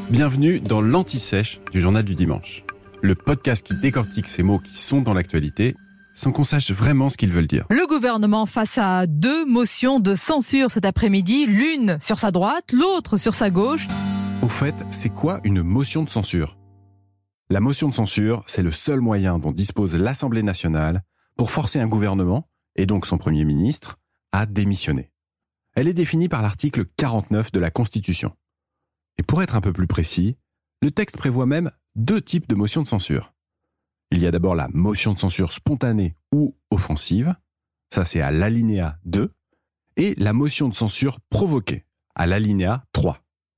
Bienvenue dans l'Anti-Sèche du Journal du Dimanche, le podcast qui décortique ces mots qui sont dans l'actualité sans qu'on sache vraiment ce qu'ils veulent dire. Le gouvernement face à 2 motions de censure cet après-midi, l'une sur sa droite, l'autre sur sa gauche. Au fait, c'est quoi une motion de censure ? La motion de censure, c'est le seul moyen dont dispose l'Assemblée nationale pour forcer un gouvernement, et donc son Premier ministre, à démissionner. Elle est définie par l'article 49 de la Constitution. Et pour être un peu plus précis, le texte prévoit même 2 types de motions de censure. Il y a d'abord la motion de censure spontanée ou offensive, ça c'est à l'alinéa 2, et la motion de censure provoquée, à l'alinéa 3.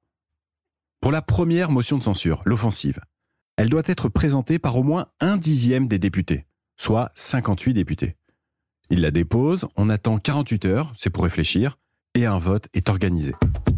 Pour la première motion de censure, l'offensive, elle doit être présentée par au moins 1/10 des députés, soit 58 députés. Ils la déposent, on attend 48 heures, c'est pour réfléchir, et un vote est organisé.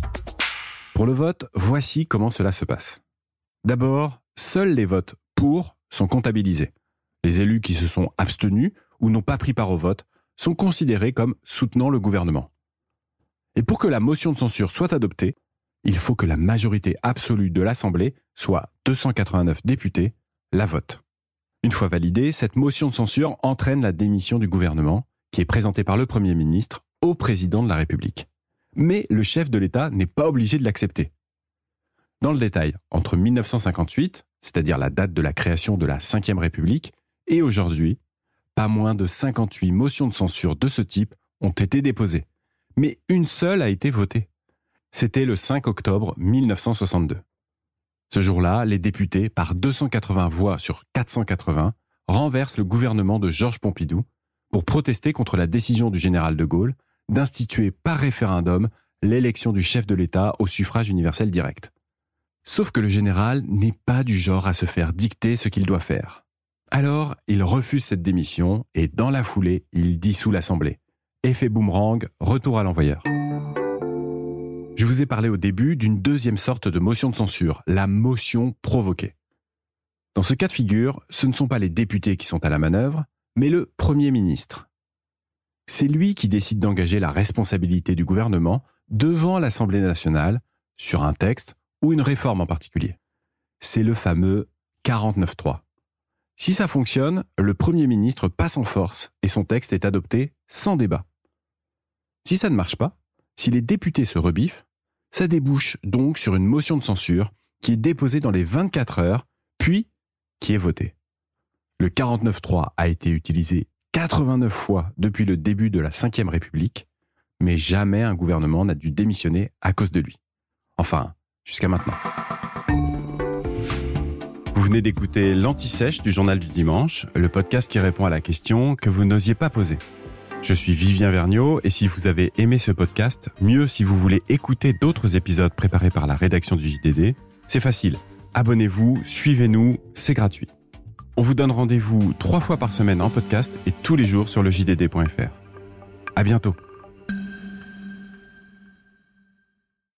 Pour le vote, voici comment cela se passe. D'abord, seuls les votes pour sont comptabilisés. Les élus qui se sont abstenus ou n'ont pas pris part au vote sont considérés comme soutenant le gouvernement. Et pour que la motion de censure soit adoptée, il faut que la majorité absolue de l'Assemblée, soit 289 députés, la vote. Une fois validée, cette motion de censure entraîne la démission du gouvernement, qui est présentée par le Premier ministre au président de la République. Mais le chef de l'État n'est pas obligé de l'accepter. Dans le détail, entre 1958, c'est-à-dire la date de la création de la Ve République, et aujourd'hui, pas moins de 58 motions de censure de ce type ont été déposées. Mais une seule a été votée. C'était le 5 octobre 1962. Ce jour-là, les députés, par 280 voix sur 480, renversent le gouvernement de Georges Pompidou pour protester contre la décision du général de Gaulle d'instituer par référendum l'élection du chef de l'État au suffrage universel direct. Sauf que le général n'est pas du genre à se faire dicter ce qu'il doit faire. Alors, il refuse cette démission et dans la foulée, il dissout l'Assemblée. Effet boomerang, retour à l'envoyeur. Je vous ai parlé au début d'une deuxième sorte de motion de censure, la motion provoquée. Dans ce cas de figure, ce ne sont pas les députés qui sont à la manœuvre, mais le Premier ministre. C'est lui qui décide d'engager la responsabilité du gouvernement devant l'Assemblée nationale sur un texte ou une réforme en particulier. C'est le fameux 49.3. Si ça fonctionne, le Premier ministre passe en force et son texte est adopté sans débat. Si ça ne marche pas, si les députés se rebiffent, ça débouche donc sur une motion de censure qui est déposée dans les 24 heures, puis qui est votée. Le 49.3 a été utilisé 89 fois depuis le début de la Ve République, mais jamais un gouvernement n'a dû démissionner à cause de lui. Enfin, jusqu'à maintenant. Vous venez d'écouter l'Anti-Sèche du Journal du Dimanche, le podcast qui répond à la question que vous n'osiez pas poser. Je suis Vivien Vergniaud et si vous avez aimé ce podcast, mieux si vous voulez écouter d'autres épisodes préparés par la rédaction du JDD, c'est facile. Abonnez-vous, suivez-nous, c'est gratuit. On vous donne rendez-vous 3 fois par semaine en podcast et tous les jours sur le JDD.fr. À bientôt.